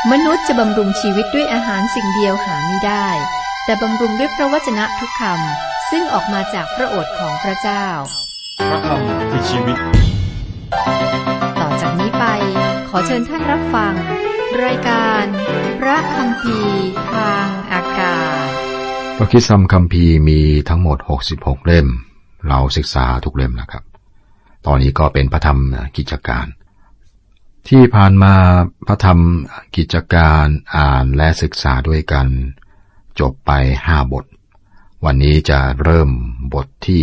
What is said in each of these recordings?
มนุษย์จะบำรุงชีวิตด้วยอาหารสิ่งเดียวหาไม่ได้แต่บำรุงด้วยพระวจนะทุกคำซึ่งออกมาจากพระโอษฐ์ของพระเจ้าพระคำคือชีวิตต่อจากนี้ไปขอเชิญท่านรับฟังรายการพระคัมภีร์ทางอากาศพระคัมภีร์มีทั้งหมด66เล่มเราศึกษาทุกเล่มนะครับตอนนี้ก็เป็นพระธรรมกิจการที่ผ่านมาพระธรรมกิจการอ่านและศึกษาด้วยกันจบไป5บทวันนี้จะเริ่มบทที่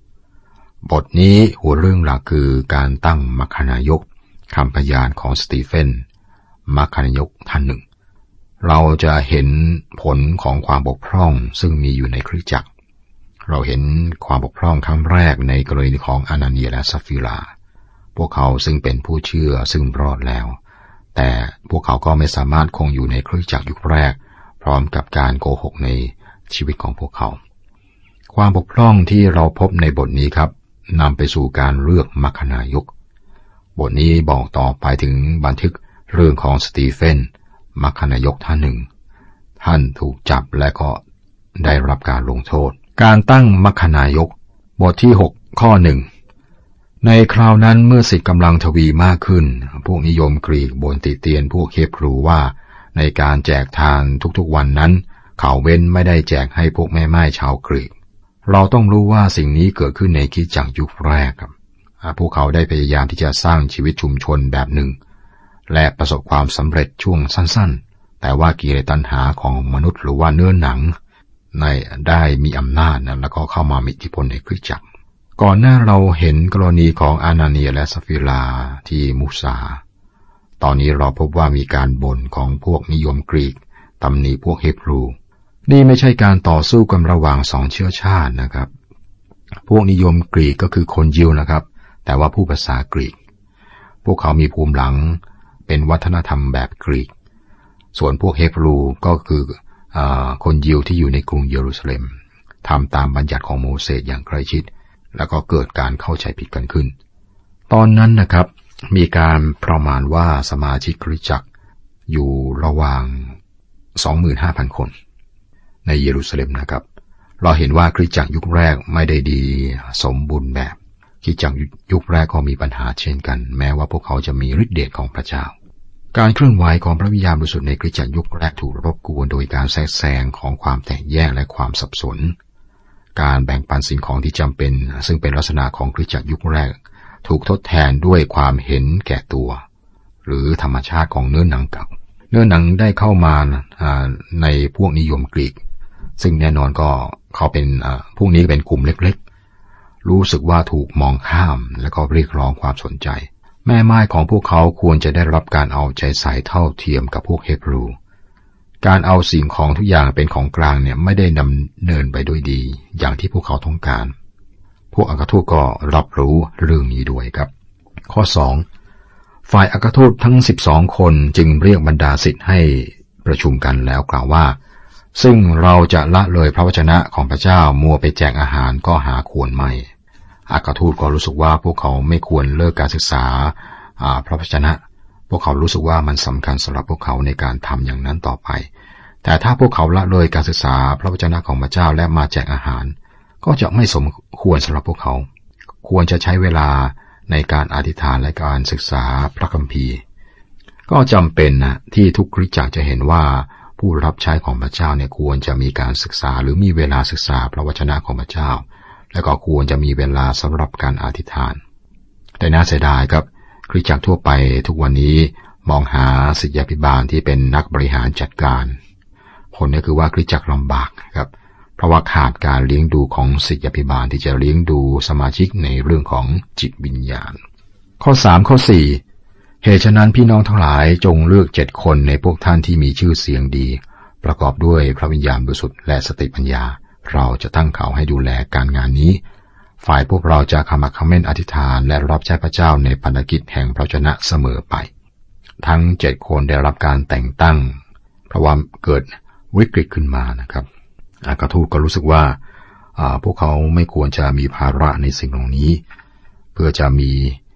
6บทนี้หัวเรื่องหลักคือการตั้งมัคคณายกคำพยานของสตีเฟนมัคคณายกท่านหนึ่งเราจะเห็นผลของความบกพร่องซึ่งมีอยู่ในคริสตจักรเราเห็นความบกพร่องครั้งแรกในกรณีของอานาเนียและซัฟฟิราพวกเขาซึ่งเป็นผู้เชื่อซึ่งรอดแล้วแต่พวกเขาก็ไม่สามารถคงอยู่ในคริสตจักรยุคแรกพร้อมกับการโกหกในชีวิตของพวกเขาความบกพร่องที่เราพบในบทนี้ครับนำไปสู่การเลือกมัคคณายกบทนี้บอกต่อไปถึงบันทึกเรื่องของสตีเฟนมัคคณายกท่านหนึ่งท่านถูกจับและก็ได้รับการลงโทษการตั้งมัคคณายกบทที่6ข้อ1ในคราวนั้นเมื่อศิษย์กำลังทวีมากขึ้นพวกนิยมกรีกบ่นติเตียนพวกเฮบรูว่าในการแจกทานทุกๆวันนั้นเขาเว้นไม่ได้แจกให้พวกแม่ไม้ชาวกรีกเราต้องรู้ว่าสิ่งนี้เกิดขึ้นในคริสตจักรยุคแรกครับพวกเขาได้พยายามที่จะสร้างชีวิตชุมชนแบบหนึ่งและประสบความสำเร็จช่วงสั้นๆแต่ว่ากิเลสตัณหาของมนุษย์หรือว่าเนื้อหนังได้มีอำนาจแล้วก็เข้ามามีอิทธิพลในคริสตจักรก่อนหน้าเราเห็นกรณีของอานาเนียและซัฟฟิราที่มุสาตอนนี้เราพบว่ามีการบ่นของพวกนิยมกรีกตำหนิพวกเฮบรูนี่ไม่ใช่การต่อสู้กันระหว่างสองเชื้อชาตินะครับพวกนิยมกรีกก็คือคนยิวนะครับแต่ว่าผู้ภาษากรีกพวกเขามีภูมิหลังเป็นวัฒนธรรมแบบกรีกส่วนพวกเฮบรูก็คือคนยิวที่อยู่ในกรุงเยรูซาเล็มทำตามบัญญัติของโมเสสอย่างใกล้ชิดแล้วก็เกิดการเข้าใจผิดกันขึ้นตอนนั้นนะครับมีการประมาณว่าสมาชิกคริสตจักรอยู่ระหว่าง 25,000 คนในเยรูซาเล็มนะครับเราเห็นว่าคริสตจักรยุคแรกไม่ได้ดีสมบูรณ์แบบคริสตจักรยุคแรกก็มีปัญหาเช่นกันแม้ว่าพวกเขาจะมีฤทธิ์เดชของพระเจ้าการเคลื่อนไหวของพระวิญญาณบริสุทธิ์ในคริสตจักรยุคแรกถูกรบกวนโดยการแทรกแซงของความแตกแยกและความสับสนการแบ่งปันสิ่งของที่จำเป็นซึ่งเป็นลักษณะของคริสตจักรยุคแรกถูกทดแทนด้วยความเห็นแก่ตัวหรือธรรมชาติของเนื้อหนังเก่าเนื้อหนังได้เข้ามาในพวกนิยมกรีกซึ่งแน่นอนก็เขาเป็นพวกนี้เป็นกลุ่มเล็กๆรู้สึกว่าถูกมองข้ามและก็เรียกร้องความสนใจแม่ไม้ของพวกเขาควรจะได้รับการเอาใจใส่เท่าเทียมกับพวกเฮบรูการเอาสิ่งของทุกอย่างเป็นของกลางเนี่ยไม่ได้ดำเนินไปด้วยดีอย่างที่พวกเขาต้องการพวกอัครทูตก็รับรู้เรื่องนี้ด้วยครับข้อ2ฝ่ายอัครทูตทั้ง12คนจึงเรียกบรรดาศิษย์ให้ประชุมกันแล้วกล่าวว่าซึ่งเราจะละเลยพระวจนะของพระเจ้ามัวไปแจกอาหารก็หาควรไม่อัครทูตก็รู้สึกว่าพวกเขาไม่ควรเลิกการศึกษาพระวจนะพวกเขารู้สึกว่ามันสำคัญสำหรับพวกเขาในการทำอย่างนั้นต่อไปแต่ถ้าพวกเขาละเลยการศึกษาพระวจนะของพระเจ้าและมาแจกอาหารก็จะไม่สมควรสำหรับพวกเขาควรจะใช้เวลาในการอธิษฐานและการศึกษาพระคัมภีร์ก็จำเป็นนะที่ทุกคริสตจักรจะเห็นว่าผู้รับใช้ของพระเจ้าเนี่ยควรจะมีการศึกษาหรือมีเวลาศึกษาพระวจนะของพระเจ้าและก็ควรจะมีเวลาสำหรับการอธิษฐานแต่น่าเสียดายครับคริสตจักรทั่วไปทุกวันนี้มองหาศิษยาภิบาลที่เป็นนักบริหารจัดการผลก็คือว่าคริสตจักรลำบากครับเพราะว่าขาดการเลี้ยงดูของศิษยาภิบาลที่จะเลี้ยงดูสมาชิกในเรื่องของจิตวิญญาณข้อ3ข้อ4เหตุฉะนั้นพี่น้องทั้งหลายจงเลือก7คนในพวกท่านที่มีชื่อเสียงดีประกอบด้วยพระวิญญาณบริสุทธิ์และสติปัญญาเราจะตั้งเขาให้ดูแลการงานนี้ฝ่ายพวกเราจะขมักเขม้นอธิษฐานและรับใช้พระเจ้าในภารกิจแห่งพระวจนะเสมอไปทั้ง7คนได้รับการแต่งตั้งเพราะว่าเกิดวิกฤตขึ้นมานะครับอัครทูตก็รู้สึกว่าพวกเขาไม่ควรจะมีภาระในสิ่งเหล่านี้เพื่อจะมี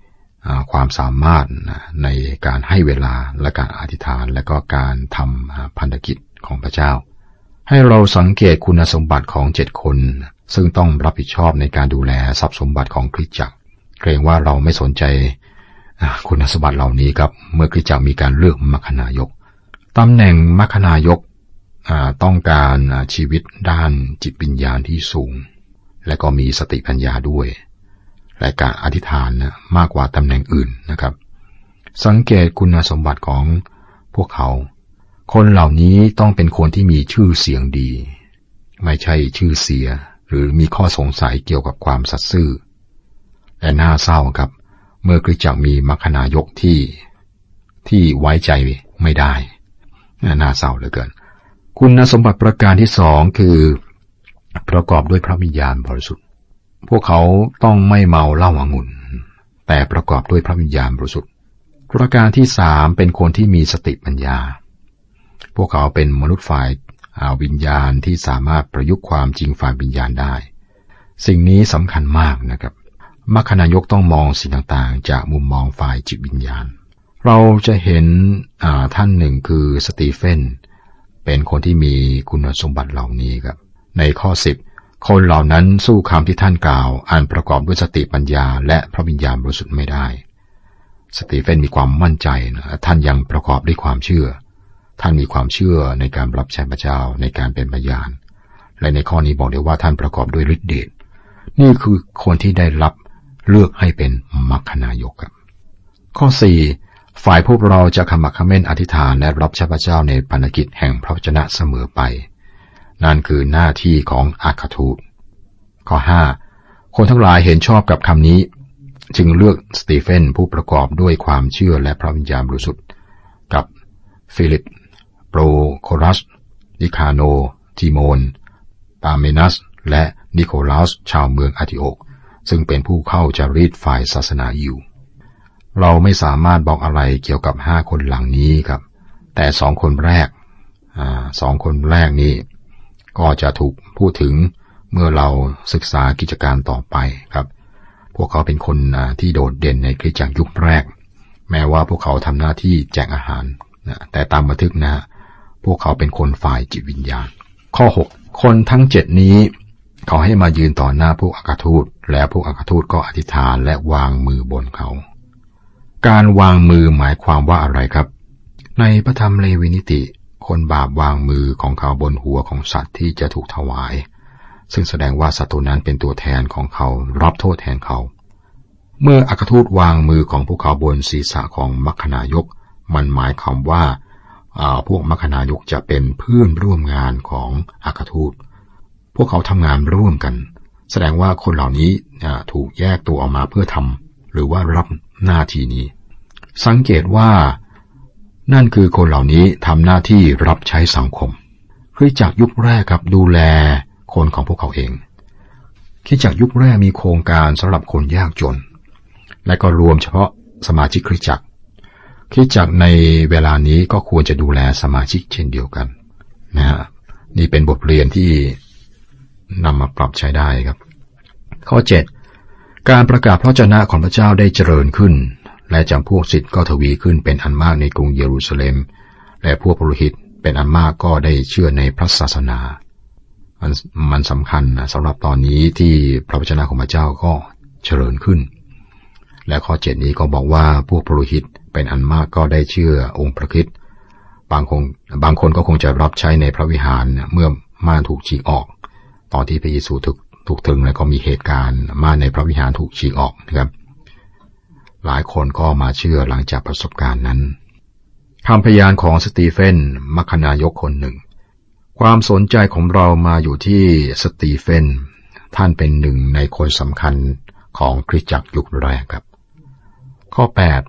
ความสามารถในการให้เวลาและการอธิษฐานและก็การทำพันธกิจของพระเจ้าให้เราสังเกตคุณสมบัติของ7 คนซึ่งต้องรับผิดชอบในการดูแลทรัพย์สมบัติของคริสตจักรเกรงว่าเราไม่สนใจคุณสมบัติเหล่านี้ครับเมื่อคริสตจักรมีการเลือกมัคคณายกตำแหน่งมัคคณายกต้องการชีวิตด้านจิตวิญญาณที่สูงและก็มีสติปัญญาด้วยและการอธิษฐานมากกว่าตำแหน่งอื่นนะครับสังเกตคุณสมบัติของพวกเขาคนเหล่านี้ต้องเป็นคนที่มีชื่อเสียงดีไม่ใช่ชื่อเสียหรือมีข้อสงสัยเกี่ยวกับความสัตย์ซื่อและน่าเศร้าครับเมื่อคริสตจักรมีมัคคณายกที่ไว้ใจไม่ได้น่าเศร้าเหลือเกินคุณสมบัติประการที่2คือประกอบด้วยพระวิญญาณบริสุทธิ์พวกเขาต้องไม่เมาเหล้าองุ่นแต่ประกอบด้วยพระวิญญาณบริสุทธิ์ประการที่3เป็นคนที่มีสติปัญญาพวกเขาเป็นมนุษย์ฝ่ายวิญญาณที่สามารถประยุกต์ความจริงฝ่ายวิญญาณได้สิ่งนี้สำคัญมากนะครับมัคคณายกต้องมองสิ่งต่างๆจากมุมมองฝ่ายจิตวิญญาณเราจะเห็นท่านหนึ่งคือสตีเฟนเป็นคนที่มีคุณสมบัติเหล่านี้ครับในข้อ10คนเหล่านั้นสู้คำที่ท่านกล่าวอันประกอบด้วยสติปัญญาและพระวิญญาณบริสุทธิ์ไม่ได้สตีเฟนมีความมั่นใจท่านยังประกอบด้วยความเชื่อท่านมีความเชื่อในการรับใช้พระเจ้าในการเป็นพยานและในข้อนี้บอกเลยว่าท่านประกอบด้วยฤทธิ์เดชนี่คือคนที่ได้รับเลือกให้เป็นมัคคณายกครับข้อ4ฝ่ายพวกเราจะขมักเขม้นอธิษฐานและรับใช้พระเจ้าในพันธกิจแห่งพระวจนะเสมอไปนั่นคือหน้าที่ของอัครทูตข้อ5คนทั้งหลายเห็นชอบกับคำนี้จึงเลือกสตีเฟนผู้ประกอบด้วยความเชื่อและพระวิญญาณบริสุทธิ์กับฟิลิปโปรโครัสนิคาโนทิโมนปาเมนัสและนิโคลัสชาวเมืองอันติโอกซึ่งเป็นผู้เข้าจารีตฝ่ายศาสนายิวเราไม่สามารถบอกอะไรเกี่ยวกับ5 คนหลังนี้ครับแต่2 คนแรก2 คนแรกนี้ก็จะถูกพูดถึงเมื่อเราศึกษากิจการต่อไปครับพวกเขาเป็นคนที่โดดเด่นในคริสตจักรยุคแรกแม้ว่าพวกเขาทำหน้าที่แจกอาหารแต่ตามบันทึกพวกเขาเป็นคนฝ่ายจิตวิญญาณข้อ6คนทั้ง7นี้เขาให้มายืนต่อหน้าพวกอัครทูตและพวกอัครทูตก็อธิษฐานและวางมือบนเขาการวางมือหมายความว่าอะไรครับในพระธรรมเลวีนิติคนบาปวางมือของเขาบนหัวของสัตว์ที่จะถูกถวายซึ่งแสดงว่าสัตว์ตัวนั้นเป็นตัวแทนของเขารับโทษแทนเขาเมื่ออัครทูตวางมือของพวกเขาบนศีรษะของมัคคณายกมันหมายความว่าพวกมัคคณายกจะเป็นเพื่อนร่วมงานของอัครทูตพวกเขาทำงานร่วมกันแสดงว่าคนเหล่านี้ถูกแยกตัวออกมาเพื่อทำหรือว่ารับหน้าที่นี้สังเกตว่านั่นคือคนเหล่านี้ทำหน้าที่รับใช้สังคมคริสตจักรยุคแรกครับดูแลคนของพวกเขาเองคริสตจักรยุคแรกมีโครงการสำหรับคนยากจนและก็รวมเฉพาะสมาชิกคริสตจักรในเวลานี้ก็ควรจะดูแลสมาชิกเช่นเดียวกันนี่เป็นบทเรียนที่นำมาปรับใช้ได้ครับข้อ7การประกาศพระวจนะของพระเจ้าได้เจริญขึ้นและจำพวกศิษย์ก็ทวีขึ้นเป็นอันมากในกรุงเยรูซาเล็มและพวกปุโรหิตเป็นอันมากก็ได้เชื่อในพระศาสนามันสำคัญสำหรับตอนนี้ที่พระวจนะของพระเจ้าก็เจริญขึ้นและข้อ7นี้ก็บอกว่าพวกปุโรหิตเป็นอันมากก็ได้เชื่อองค์พระคริสต์บางคนก็คงจะรับใช้ในพระวิหารเมื่อม่านถูกฉีกออกตอนที่พระเยซูถูกตรึงแล้วก็มีเหตุการณ์ม่านในพระวิหารถูกฉีกออกนะครับหลายคนก็มาเชื่อหลังจากประสบการณ์นั้นคำพยานของสตีเฟนมัคคณายกคนหนึ่งความสนใจของเรามาอยู่ที่สตีเฟนท่านเป็นหนึ่งในคนสำคัญของคริสตจักรยุคแรกครับข้อ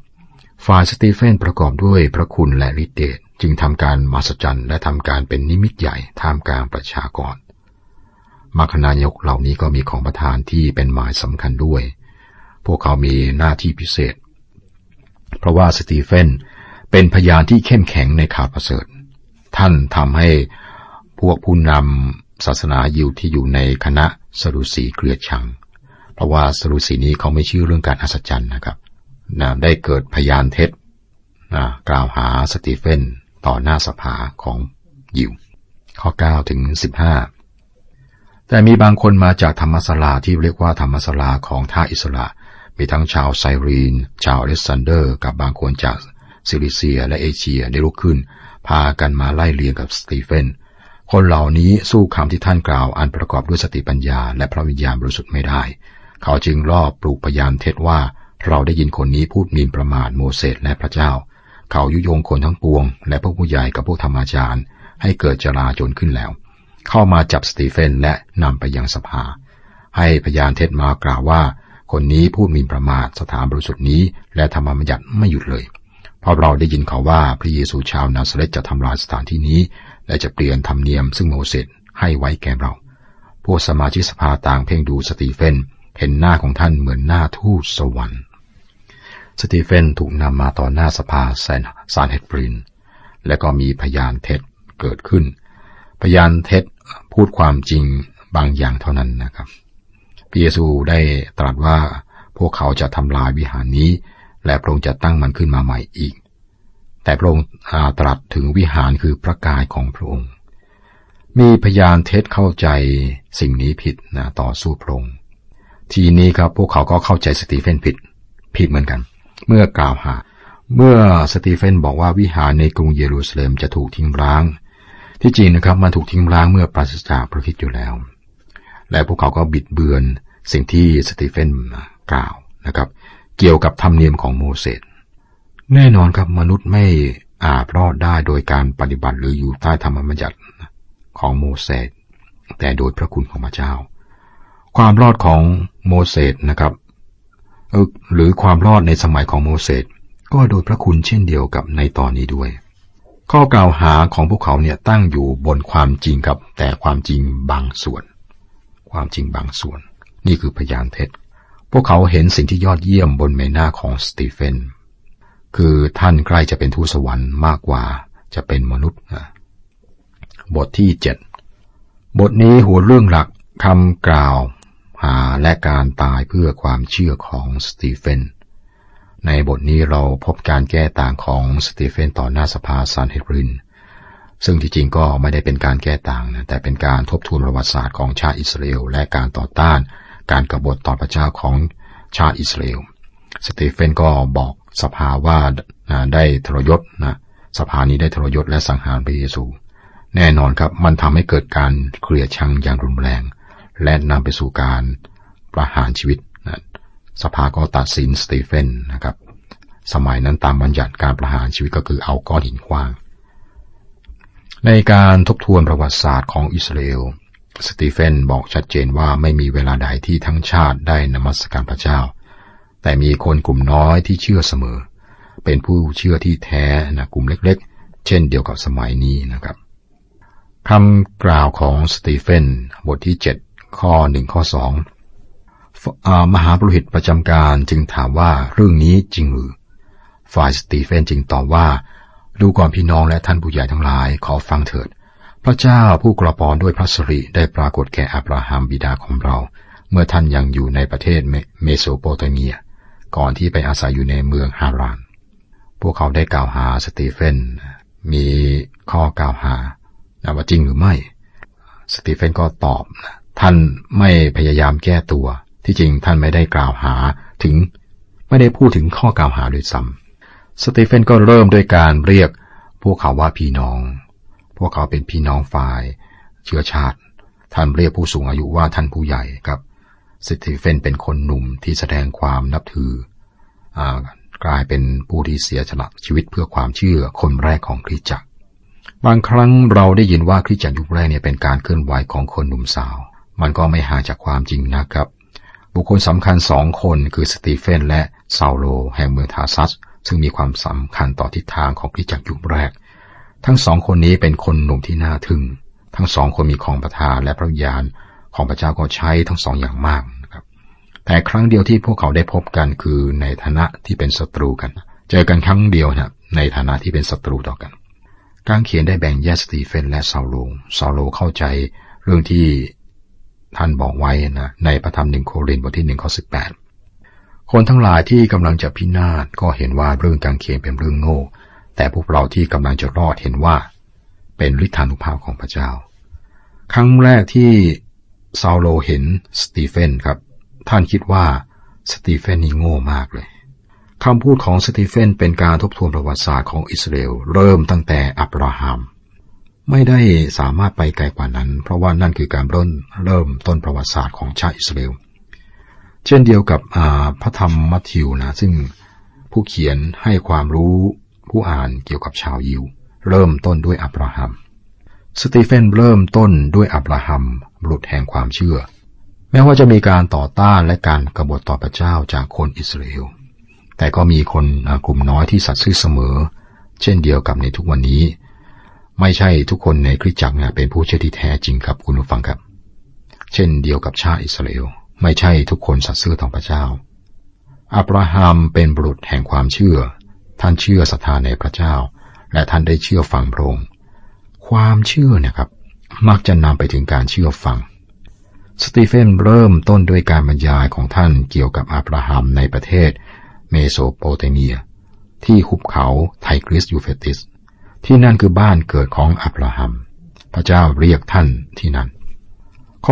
8ฝ่ายสตีเฟนประกอบด้วยพระคุณและฤทธิ์เดชจึงทำการมหัศจรรย์และทำการเป็นนิมิตใหญ่ท่ามกลางประชากรมัคคณายกเหล่านี้ก็มีของประทานที่เป็นหมายสำคัญด้วยพวกเขามีหน้าที่พิเศษเพราะว่าสตีเฟนเป็นพยานที่เข้มแข็งในข่าวประเสริฐท่านทำให้พวกผู้นำศาสนายิวที่อยู่ในคณะสดุสีเกลียดชังเพราะว่าสดุสีนี้เขาไม่เชื่อเรื่องการอัศจรรย์นะครับได้เกิดพยานเท็จกล่าวหาสตีเฟนต่อหน้าสภาของยิวข้อ9ถึง15แต่มีบางคนมาจากธรรมศาลาที่เรียกว่าธรรมศาลาของท่าอิสระมีทั้งชาวไซรีนชาวอเล็กซานเดอร์กับบางคนจากซิลิเซียและเอเชียได้ลุกขึ้นพากันมาไล่เลียงกับสตีเฟนคนเหล่านี้สู้คำที่ท่านกล่าวอันประกอบด้วยสติปัญญาและพระวิญญาณบริสุทธิ์ไม่ได้เขาจึงลอบปลูกพยานเท็จว่าเราได้ยินคนนี้พูดหมิ่นประมาทโมเสสและพระเจ้าเขายุยงคนทั้งปวงและพวกผู้ใหญ่กับพวกธรรมาจารย์ให้เกิดจลาจลขึ้นแล้วเข้ามาจับสตีเฟนและนำไปยังสภาให้พยานเท็จมากล่าวว่าคนนี้พูดหมิ่นประมาทสถานบริสุทธิ์นี้และธรรมบัญญัติไม่หยุดเลยเพราะเราได้ยินเขาว่าพระเยซูชาวนาซาเรตจะทำลายสถานที่นี้และจะเปลี่ยนธรรมเนียมซึ่งโมเสสให้ไว้แก่เราพวกสมาชิกสภาต่างเพ่งดูสตีเฟนเห็นหน้าของท่านเหมือนหน้าทูตสวรรค์สตีเฟนถูกนำมาต่อหน้าสภาซานเฮดรินและก็มีพยานเท็จเกิดขึ้นพยานเท็จพูดความจริงบางอย่างเท่านั้นนะครับพระเยซูได้ตรัสว่าพวกเขาจะทำลายวิหารนี้และพระองค์จะตั้งมันขึ้นมาใหม่อีกแต่พระองค์ตรัสถึงวิหารคือพระกายของพระองค์มีพยานเท็จเข้าใจสิ่งนี้ผิดต่อสู้พระองค์ทีนี้ครับพวกเขาก็เข้าใจสตีเฟนผิดเหมือนกันเมื่อกล่าวหาเมื่อสตีเฟนบอกว่าวิหารในกรุงเยรูซาเล็มจะถูกทิ้งร้างที่จริงนะครับมันถูกทิ้งร้างเมื่อปราศจากพระคริสต์อยู่แล้วและพวกเขาก็บิดเบือนสิ่งที่สตีเฟนกล่าวนะครับเกี่ยวกับธรรมเนียมของโมเสสแน่นอนครับมนุษย์ไม่อาจรอดได้โดยการปฏิบัติหรืออยู่ใต้ธรรมบัญญัติของโมเสสแต่โดยพระคุณของพระเจ้าความรอดของโมเสสนะครับหรือความรอดในสมัยของโมเสสก็โดยพระคุณเช่นเดียวกับในตอนนี้ด้วยข้อกล่าวหาของพวกเขาเนี่ยตั้งอยู่บนความจริงครับแต่ความจริงบางส่วนนี่คือพยานเท็จพวกเขาเห็นสิ่งที่ยอดเยี่ยมบนใบหน้าของสตีเฟนคือท่านใกล้จะเป็นทูตสวรรค์มากกว่าจะเป็นมนุษย์บทที่7บทนี้หัวเรื่องหลักคำกล่าวหาและการตายเพื่อความเชื่อของสตีเฟนในบทนี้เราพบการแก้ต่างของสตีเฟนต่อหน้าสภาซานเฮดรินซึ่งที่จริงก็ไม่ได้เป็นการแก้ต่างนะแต่เป็นการทบทวนประวัติศาสตร์ของชาติอิสราเอลและการต่อต้านการกบฏต่อพระเจ้าของชาติอิสราเอลสตีเฟนก็บอกสภาว่าได้ทรยศสภานี้ได้ทรยศและสังหารพระเยซูแน่นอนครับมันทำให้เกิดการเกลียดชังอย่างรุนแรงและนำไปสู่การประหารชีวิตสภาก็ตัดสินสตีเฟนนะครับสมัยนั้นตามบัญญัติการประหารชีวิตก็คือเอาก้อนหินขว้างในการทบทวนประวัติศาสตร์ของอิสราเอลสตีเฟนบอกชัดเจนว่าไม่มีเวลาใดที่ทั้งชาติได้นมัสการพระเจ้าแต่มีคนกลุ่มน้อยที่เชื่อเสมอเป็นผู้เชื่อที่แท้กลุ่มเล็กๆเช่นเดียวกับสมัยนี้นะครับคำกล่าวของสตีเฟนบทที่7ข้อ1ข้อ2มหาปุโรหิตประจำการจึงถามว่าเรื่องนี้จริงหรือฝ่ายสตีเฟนจึงตอบว่าดูก่อนพี่น้องและท่านผู้ใหญ่ทั้งหลายขอฟังเถิดพระเจ้าผู้กระปอนด้วยพระสิริได้ปรากฏแก่อับราฮัมบิดาของเราเมื่อท่านยังอยู่ในประเทศเมโสโปเตเมียก่อนที่ไปอาศัยอยู่ในเมืองฮารานพวกเขาได้กล่าวหาสตีเฟนมีข้อกล่าวหาว่าจริงหรือไม่สตีเฟนก็ตอบท่านไม่พยายามแก้ตัวที่จริงท่านไม่ได้กล่าวหาถึงไม่ได้พูดถึงข้อกล่าวหาโดยซ้ำสตีเฟนก็เริ่มด้วยการเรียกพวกเขาว่าพี่น้องพวกเขาเป็นพี่น้องฝ่ายเชื้อชาติท่านเรียกผู้สูงอายุว่าท่านผู้ใหญ่ครับสตีเฟนเป็นคนหนุ่มที่แสดงความนับถือกลายเป็นผู้ที่เสียสละชีวิตเพื่อความเชื่อคนแรกของคริสตจักรบางครั้งเราได้ยินว่าคริสตจักรยุคแรกเนี่ยเป็นการเคลื่อนไหวของคนหนุ่มสาวมันก็ไม่ห่างจากความจริงนะครับบุคคลสำคัญ2 คนคือสตีเฟนและซาโลแห่งเมืองทาซัสซึ่งมีความสำคัญต่อทิศทางของคริสตจักรยุคแรกทั้ง2 คนนี้เป็นคนหนุ่มที่น่าทึ่งทั้ง2 คนมีของประทานและพระวิญญาณของพระเจ้าก็ใช้ทั้ง2อย่างมากนะครับแต่ครั้งเดียวที่พวกเขาได้พบกันคือในฐานะที่เป็นศัตรูกันเจอกันครั้งเดียวนะในฐานะที่เป็นศัตรูต่อกันการเขียนได้แบ่งแยกสตีเฟนและซาโลเข้าใจเรื่องที่ท่านบอกไว้ในพระธรรม1 โครินธ์บทที่1ข้อ18 คนทั้งหลายที่กำลังจะพินาศก็เห็นว่าเรื่องกางเขนเป็นเรื่องโง่แต่พวกเราที่กำลังจะรอดเห็นว่าเป็นฤทธานุภาพของพระเจ้าครั้งแรกที่ซาโลเห็นสตีเฟนครับท่านคิดว่าสตีเฟนนี่โง่มากเลยคำพูดของสตีเฟนเป็นการทบทวนประวัติศาสตร์ของอิสราเอลเริ่มตั้งแต่อับราฮัมไม่ได้สามารถไปไกลกว่านั้นเพราะว่านั่นคือการเริ่มต้นประวัติศาสตร์ของชาติอิสราเอลเช่นเดียวกับพระธรรมมัทธิวนะซึ่งผู้เขียนให้ความรู้ผู้อ่านเกี่ยวกับชาวยิวเริ่มต้นด้วยอับราฮัมสตีเฟนเริ่มต้นด้วยอับราฮัมบุรุษแห่งความเชื่อแม้ว่าจะมีการต่อต้านและการกบฏต่อพระเจ้าจากคนอิสราเอลแต่ก็มีคนกลุ่มน้อยที่สัตย์ซื่อเสมอเช่นเดียวกับในทุกวันนี้ไม่ใช่ทุกคนในคริสตจักรเป็นผู้เชื่อที่แท้จริงครับคุณผู้ฟังครับเช่นเดียวกับชาติอิสราเอลไม่ใช่ทุกคนสัตย์ซื่อต่อพระเจ้าอับราฮัมเป็นบุรุษแห่งความเชื่อท่านเชื่อศรัทธาในพระเจ้าและท่านได้เชื่อฟังพระองค์ความเชื่อเนี่ยครับมักจะนำไปถึงการเชื่อฟังสตีเฟนเริ่มต้นด้วยการบรรยายของท่านเกี่ยวกับอับราฮัมในประเทศเมโสโปเตเมียที่หุบเขาไทกริสยูเฟรติสที่นั่นคือบ้านเกิดของอับราฮัมพระเจ้าเรียกท่านที่นั่นข้อ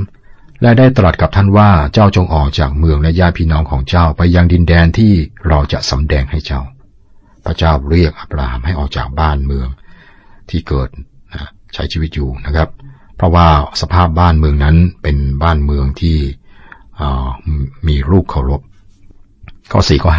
3และได้ตรัสกับท่านว่าเจ้าจงออกจากเมืองและญาติพี่น้องของเจ้าไปยังดินแดนที่เราจะสำแดงให้เจ้าพระเจ้าเรียกอับราฮัมให้ออกจากบ้านเมืองที่เกิดใช้ชีวิตอยู่นะครับเพราะว่าสภาพบ้านเมืองนั้นเป็นบ้านเมืองที่มีรูปเคารพข้อ 4 ข้อ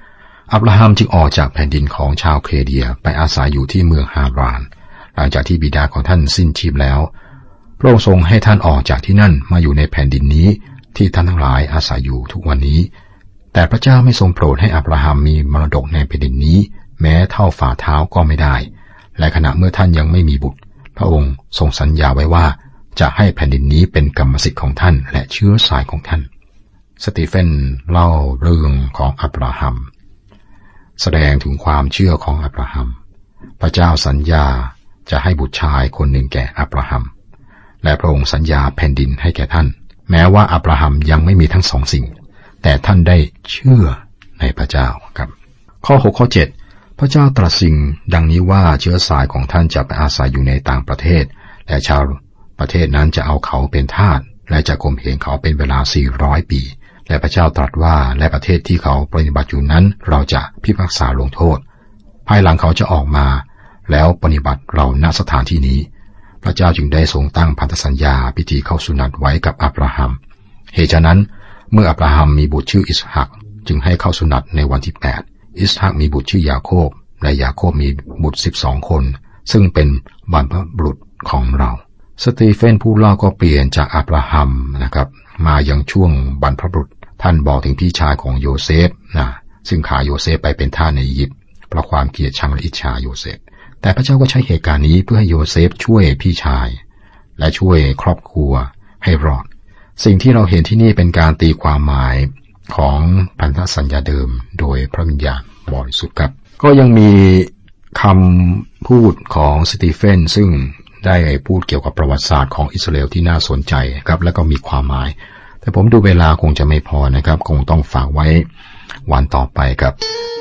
5อับราฮัมจึงออกจากแผ่นดินของชาวเคลเดียไปอาศัยอยู่ที่เมืองฮารานหลังจากที่บิดาของท่านสิ้นชีพแล้วพระองค์ทรงให้ท่านออกจากที่นั่นมาอยู่ในแผ่นดินนี้ที่ท่านทั้งหลายอาศัยอยู่ทุกวันนี้แต่พระเจ้าไม่ทรงโปรดให้อับราฮัมมีมรดกในแผ่นดินนี้แม้เท่าฝ่าเท้าก็ไม่ได้และขณะเมื่อท่านยังไม่มีบุตรพระองค์ทรงสัญญาไว้ว่าจะให้แผ่นดินนี้เป็นกรรมสิทธิ์ของท่านและเชื้อสายของท่านสตีเฟนเล่าเรื่องของอับราฮัมแสดงถึงความเชื่อของอับราฮัมพระเจ้าสัญญาจะให้บุตรชายคนหนึ่งแก่อับราฮัมและพระองค์สัญญาแผ่นดินให้แก่ท่านแม้ว่าอับราฮัมยังไม่มีทั้งสองสิ่งแต่ท่านได้เชื่อในพระเจ้าครับข้อ 6 ข้อ 7พระเจ้าตรัสสิ่งดังนี้ว่าเชื้อสายของท่านจะไปอาศัยอยู่ในต่างประเทศและชาวประเทศนั้นจะเอาเขาเป็นทาสและจะข่มเหงเขาเป็นเวลา400 ปีและพระเจ้าตรัสว่าและประเทศที่เขาปฏิบัติอยู่นั้นเราจะพิพากษาลงโทษภายหลังเขาจะออกมาแล้วปฏิบัติเราณสถานที่นี้พระเจ้าจึงได้ทรงตั้งพันธสัญญาพิธีเข้าสุนัตไว้กับอับราฮัมเหตุฉะนั้นเมื่ออับราฮัมมีบุตรชื่ออิสฮักจึงให้เข้าสุนัตในวันที่8อิสฮักมีบุตรชื่อยาโคบและยาโคบมีบุตร12 คนซึ่งเป็นบรรพบุรุษของเราสตีเฟนผู้เล่าก็เปลี่ยนจากอับราฮัมนะครับมายังช่วงบรรพบุรุษท่านบอกถึงพี่ชายของโยเซฟซึ่งขายโยเซฟไปเป็นทาสในอียิปต์เพราะความเกลียดชังและอิจฉาโยเซฟแต่พระเจ้าก็ใช้เหตุการณ์นี้เพื่อให้โยเซฟช่วยพี่ชายและช่วยครอบครัวให้รอดสิ่งที่เราเห็นที่นี่เป็นการตีความหมายของพันธสัญญาเดิมโดยพระวิญญาณบริสุทธิ์ครับก็ยังมีคำพูดของสตีเฟนซึ่งได้พูดเกี่ยวกับประวัติศาสตร์ของอิสราเอลที่น่าสนใจครับและก็มีความหมายแต่ผมดูเวลาคงจะไม่พอนะครับคงต้องฝากไว้วันต่อไปครับ